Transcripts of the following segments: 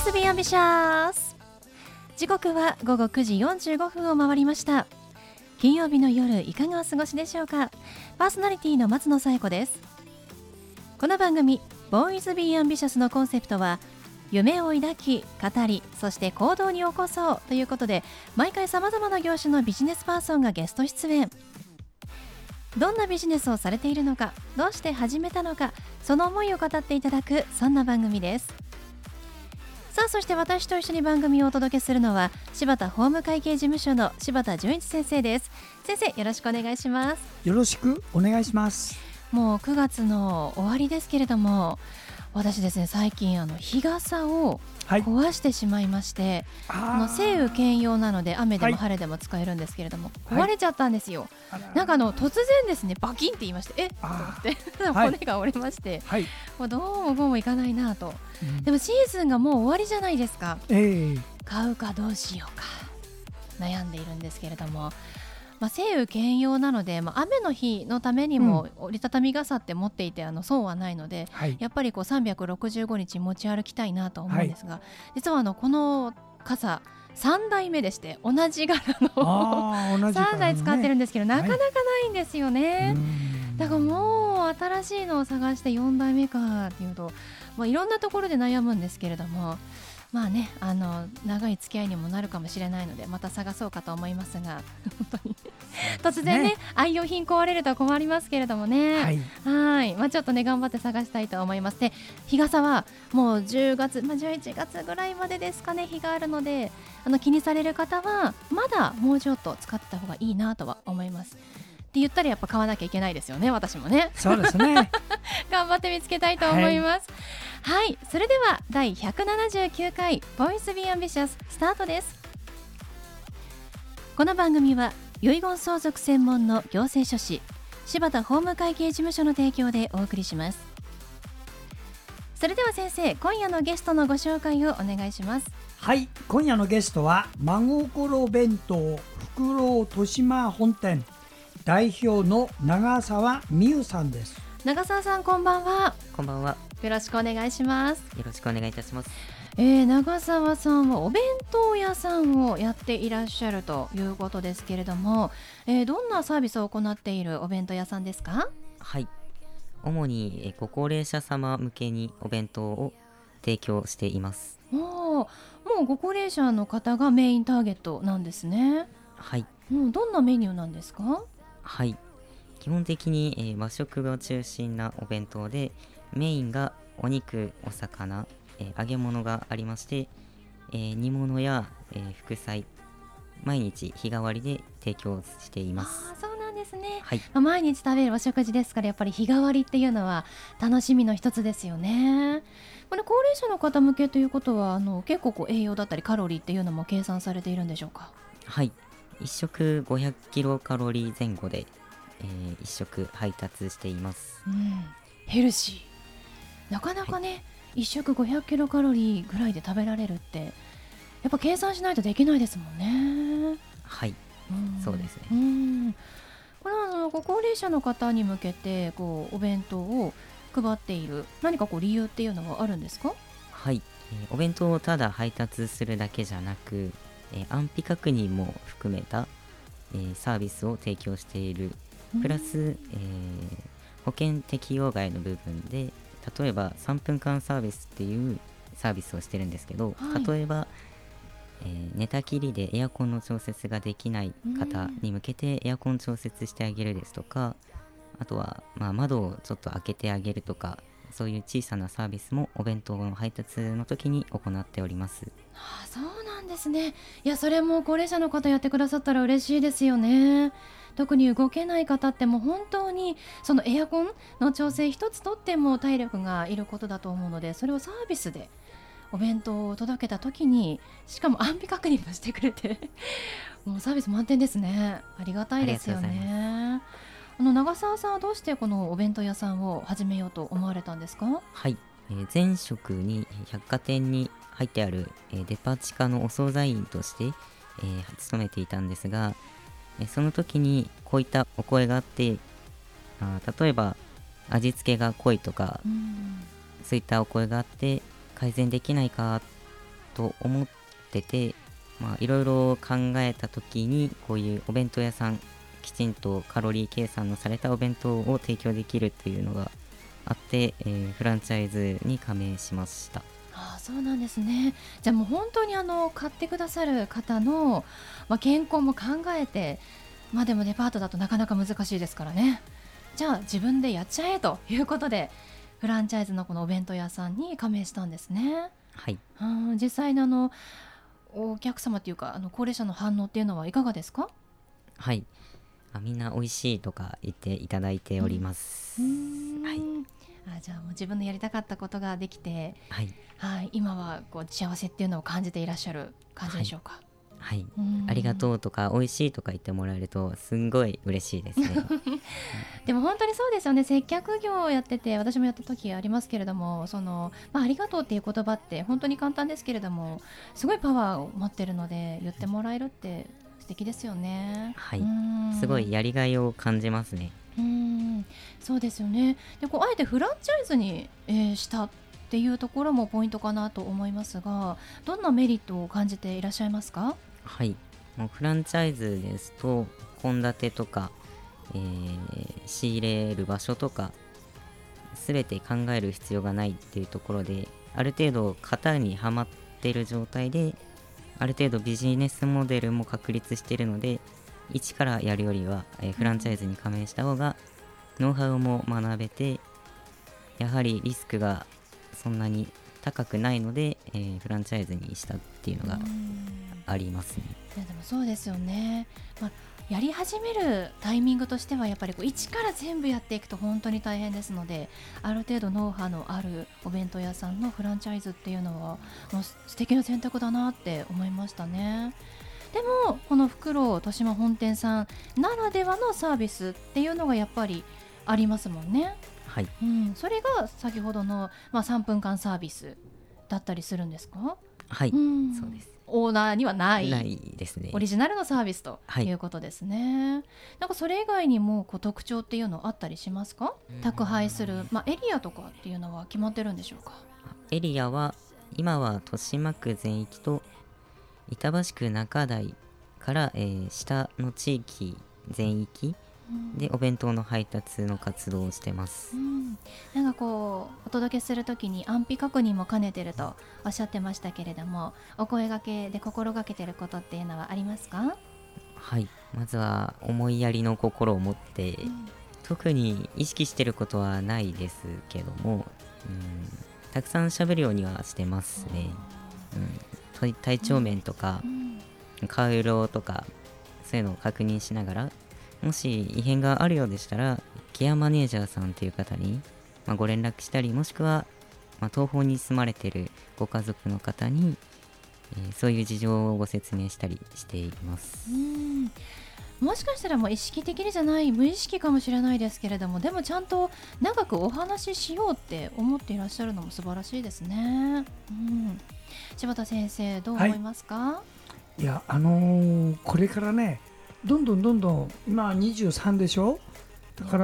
Boys Be Ambitious。 時刻は午後9時45分を回りました。金曜日の夜いかがお過ごしでしょうか。パーソナリティの松野紗友子です。この番組 Boys Be Ambitious のコンセプトは夢を抱き語りそして行動に起こそうということで、毎回様々な業種のビジネスパーソンがゲスト出演。どんなビジネスをされているのか、どうして始めたのか、その思いを語っていただく、そんな番組です。さあ、そして私と一緒に番組をお届けするのは柴田法務会計事務所の柴田純一先生です。先生、よろしくお願いします。 よろしくお願いします。 もう9月の終わりですけれども、私ですね、最近日傘を壊してしまいまして、晴雨兼用なので雨でも晴れでも使えるんですけれども、壊れちゃったんですよ。なんか突然ですね、バキンって言いまして、と思って骨が折れまして、もうどうもこうもいかないなと、でもシーズンがもう終わりじゃないですか。買うかどうしようか悩んでいるんですけれども、晴雨兼用なので、雨の日のためにも折りたたみ傘って持っていて損はないので、やっぱり365日持ち歩きたいなと思うんですが、実はこの傘3台目でして、同じ柄の3台使ってるんですけど、なかなかないんですよね。だからもう新しいのを探して4台目かっていうと、いろんなところで悩むんですけれども、長い付き合いにもなるかもしれないので、また探そうかと思いますが本当に突然ね、愛用品壊れると困りますけれどもね。ちょっとね、頑張って探したいと思います。で、日傘はもう10月、11月ぐらいまでですかね、日があるので、気にされる方はまだもうちょっと使ってた方がいいなとは思います。って言ったらやっぱ買わなきゃいけないですよね、私もね。 そうですね頑張って見つけたいと思います。それでは第179回 Boys Be Ambitious スタートです。この番組は遺言相続専門の行政書士柴田法務会計事務所の提供でお送りします。それでは先生、今夜のゲストのご紹介をお願いします。 今夜のゲストは真心弁当福郎豊島本店代表の長澤美優さんです。 長澤さん、こんばんは。 こんばんは。 よろしくお願いします。 よろしくお願いいたします。 長澤さんはお弁当屋さんをやっていらっしゃるということですけれども、どんなサービスを行っているお弁当屋さんですか？ 主にご高齢者様向けにお弁当を提供しています。 もうご高齢者の方がメインターゲットなんですね。どんなメニューなんですか？ 基本的に、和食が中心なお弁当で、メインがお肉、お魚、揚げ物がありまして、煮物や、副菜、毎日日替わりで提供しています。 そうなんですね。毎日食べるお食事ですから、やっぱり日替わりっていうのは楽しみの一つですよね。これ高齢者の方向けということは、結構栄養だったりカロリーっていうのも計算されているんでしょうか？ 1食500キロカロリー前後で、1食配達しています。 ヘルシー。なかなかね、1食500キロカロリーぐらいで食べられるって、やっぱ計算しないとできないですもんね。 そうですね。 このご高齢者の方に向けてお弁当を配っている何か理由っていうのはあるんですか？ お弁当をただ配達するだけじゃなく、安否確認も含めた、サービスを提供している。プラス、保険適用外の部分で、例えば3分間サービスっていうサービスをしてるんですけど、例えば、寝たきりでエアコンの調節ができない方に向けてエアコン調節してあげるですとか、あとは、窓をちょっと開けてあげるとか、そういう小さなサービスもお弁当の配達の時に行っております。 そうなんですね。いや、それも高齢者の方やってくださったら嬉しいですよね。特に動けない方ってもう本当にそのエアコンの調整一つとっても体力がいることだと思うので、それをサービスでお弁当を届けた時に、しかも安否確認もしてくれてもうサービス満点ですね。ありがたいですよね。長澤さんはどうしてこのお弁当屋さんを始めようと思われたんですか？ 前職に百貨店に入ってある、デパ地下のお惣菜員として、勤めていたんですが、その時にこういったお声があって、例えば味付けが濃いとか、そういったお声があって改善できないかと思ってて、いろいろ考えた時にこういうお弁当屋さん、きちんとカロリー計算のされたお弁当を提供できるというのがあって、フランチャイズに加盟しました。 そうなんですね。じゃあもう本当に買ってくださる方の、健康も考えて、でもデパートだとなかなか難しいですからね。じゃあ自分でやっちゃえということでフランチャイズのこのお弁当屋さんに加盟したんですね。 はい。 実際のお客様というか高齢者の反応っていうのはいかがですか？ はい、みんな美味しいとか言っていただいております。はい。 じゃあもう自分のやりたかったことができて、今はこう幸せっていうのを感じていらっしゃる感じでしょうか？ はい、ありがとうとか美味しいとか言ってもらえるとすんごい嬉しいですね。 でも本当にそうですよね。接客業をやってて私もやった時ありますけれども、ありがとうっていう言葉って本当に簡単ですけれどもすごいパワーを持ってるので、言ってもらえるって素敵ですよね。 はい、すごいやりがいを感じますね。 そうですよね。であえてフランチャイズに、したっていうところもポイントかなと思いますが、どんなメリットを感じていらっしゃいますか？ はい、もうフランチャイズですと献立とか、仕入れる場所とか全て考える必要がないっていうところで、ある程度型にはまっている状態で、ある程度ビジネスモデルも確立しているので、一からやるよりは、フランチャイズに加盟した方がノウハウも学べて、やはりリスクがそんなに高くないので、フランチャイズにしたっていうのがありますね。 いやでもそうですよね。やり始めるタイミングとしてはやっぱり一から全部やっていくと本当に大変ですので、ある程度ノウハウのあるお弁当屋さんのフランチャイズっていうのはもう素敵な選択だなって思いましたね。でもこのフクロウ豊島本店さんならではのサービスっていうのがやっぱりありますもんね。 はい、 それが先ほどの、3分間サービスだったりするんですか？ はい、そうです。 オーナーにはないですね。 オリジナルのサービスということですね。なんかそれ以外にも特徴っていうのあったりしますか？宅配する、エリアとかっていうのは決まってるんでしょうか？ エリアは今は豊島区全域と板橋区中台から、下の地域全域でお弁当の配達の活動をしてます。 なんかお届けするときに安否確認も兼ねてるとおっしゃってましたけれども、お声掛けで心がけてることっていうのはありますか？ はい、まずは思いやりの心を持って、特に意識してることはないですけども、たくさん喋るようにはしてますね。体調面とか、顔色とかそういうのを確認しながら、もし異変があるようでしたらケアマネージャーさんという方に、ご連絡したり、もしくは、東方に住まれているご家族の方に、そういう事情をご説明したりしています。 もしかしたらもう意識的にじゃない、無意識かもしれないですけれども、でもちゃんと長くお話ししようって思っていらっしゃるのも素晴らしいですね。柴田先生どう思いますか？ いや、これからね、どんどん今23でしょ。だから、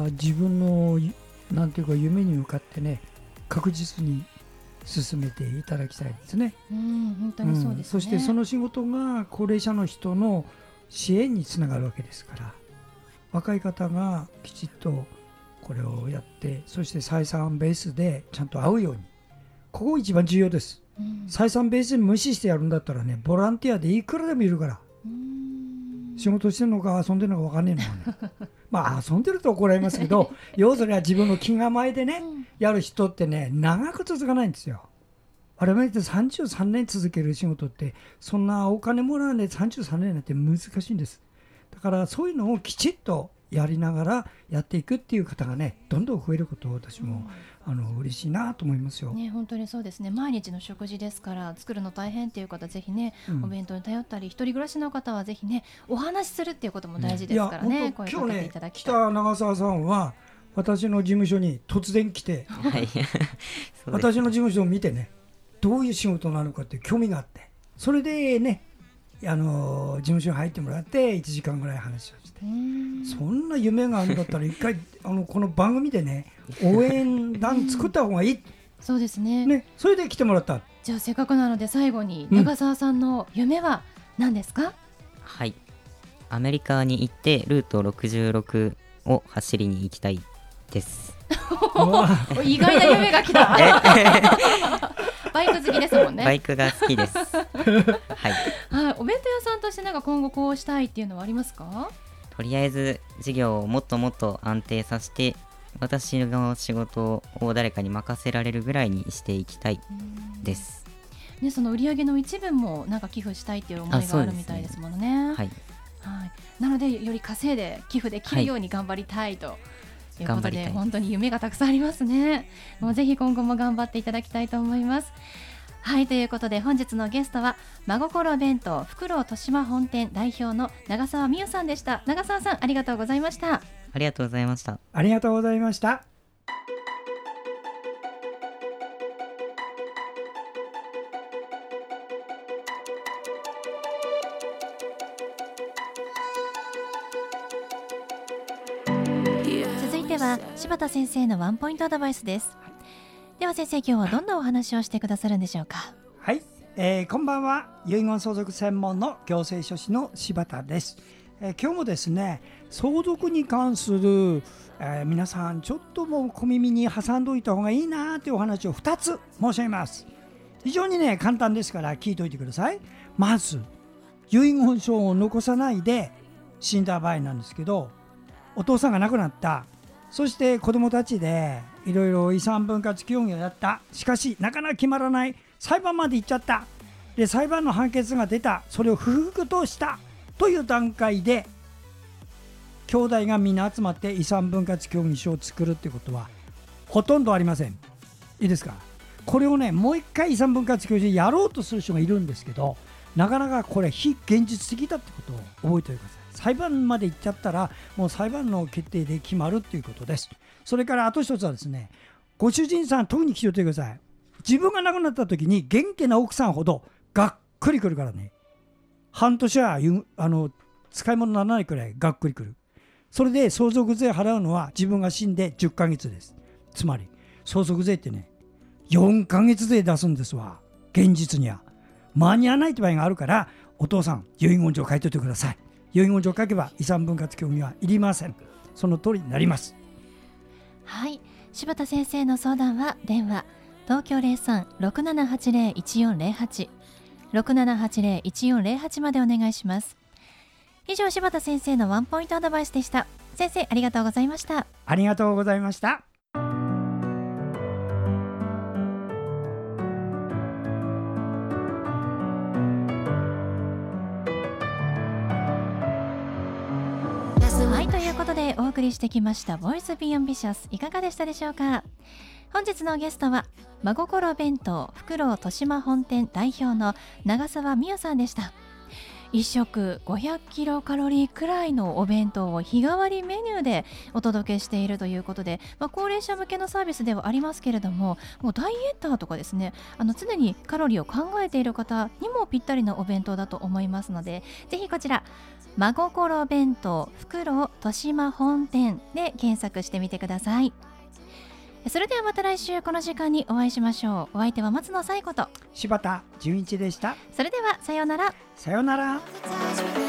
自分のなんていうか夢に向かってね、確実に進めていただきたいですね。 本当にそうですね。 そしてその仕事が高齢者の人の支援につながるわけですから、若い方がきちっとこれをやって、そして採算ベースでちゃんと合うように、ここ一番重要です。採算ベースに無視してやるんだったらね、ボランティアでいくらでもいるから、仕事してるのか遊んでるのか分かんねえのがね遊んでると怒られますけど、要するには自分の気構えでね、やる人ってね、長く続かないんですよ。我々って33年続ける仕事って、そんなお金もらわないで33年なんて難しいんです。だからそういうのをきちっとやりながらやっていくっていう方がね、どんどん増えることを私も嬉しいなと思いますよ。 本当にそうですね。毎日の食事ですから作るの大変っていう方、ぜひね、お弁当に頼ったり、一人暮らしの方はぜひね、お話しするっていうことも大事ですからね。声かけていただきたい。 今日ね、来た長澤さんは私の事務所に突然来て、私の事務所を見てね、どういう仕事なのかって興味があって、それでね、事務所に入ってもらって1時間ぐらい話をして、そんな夢があるんだったら一回この番組でね、応援団作った方がいいそうですね。 それで来てもらった。 じゃあせっかくなので最後に長澤さんの夢は何ですか？ はい、アメリカに行ってルート66を走りに行きたいです。 意外な夢が来たバイク好きですもんね。 バイクが好きですはい、 お弁当屋さんとしてなんか今後こうしたいっていうのはありますか？ とりあえず事業をもっともっと安定させて、私の仕事を誰かに任せられるぐらいにしていきたいです。 ね、その売上の一部もなんか寄付したいっていう思いがあるみたいですものね。はい、なのでより稼いで寄付できるように頑張りたいということで、本当に夢がたくさんありますね。もうぜひ今後も頑張っていただきたいと思います。はい、ということで本日のゲストは真心弁当フクロウ豊島本店代表の長澤美優さんでした。長澤さん、ありがとうございました。 ありがとうございました。 ありがとうございました。 続いては柴田先生のワンポイントアドバイスです。では先生、今日はどんなお話をしてくださるんでしょうか？ はい、こんばんは。遺言相続専門の行政書士の柴田です。今日もですね、相続に関する、皆さんちょっともう小耳に挟んどいた方がいいなというお話を2つ申し上げます。非常にね簡単ですから聞いておいてください。まず遺言書を残さないで死んだ場合なんですけど、お父さんが亡くなった、そして子供たちでいろいろ遺産分割協議をやった、しかしなかなか決まらない、裁判まで行っちゃった、で裁判の判決が出た、それを不服としたという段階で兄弟がみんな集まって遺産分割協議書を作るっていうことはほとんどありません。いいですか？これをねもう一回遺産分割協議書やろうとする人がいるんですけど、なかなかこれ非現実的だってことを覚えておいてください。裁判まで行っちゃったらもう裁判の決定で決まるっていうことです。それからあと一つはですね、ご主人さん特に気をつけてください。自分が亡くなった時に元気な奥さんほどがっくりくるからね。半年は使い物にならないくらいがっくりくる。それで相続税払うのは自分が死んで10ヶ月です。つまり相続税ってね4ヶ月で出すんですわ。現実には間に合わないって場合があるから、お父さん遺言状書いておいてください。遺言状書けば遺産分割協議はいりません。その通りになります。 はい、柴田先生の相談は電話東京 03-6780-1408 6780-1408 までお願いします。以上、柴田先生のワンポイントアドバイスでした。先生、ありがとうございました。 ありがとうございました。 はい、ということでお送りしてきましたボイスビーアンビシャス、いかがでしたでしょうか？本日のゲストは真心弁当フクロウ豊島本店代表の長澤美優さんでした。1食500キロカロリーくらいのお弁当を日替わりメニューでお届けしているということで、高齢者向けのサービスではありますけれども、もうダイエッターとかですね、常にカロリーを考えている方にもぴったりなお弁当だと思いますので、ぜひこちら真心弁当フクロウ豊島本店で検索してみてください。それではまた来週この時間にお会いしましょう。お相手は松野紗友子と柴田純一でした。 それではさようなら。 さようなら。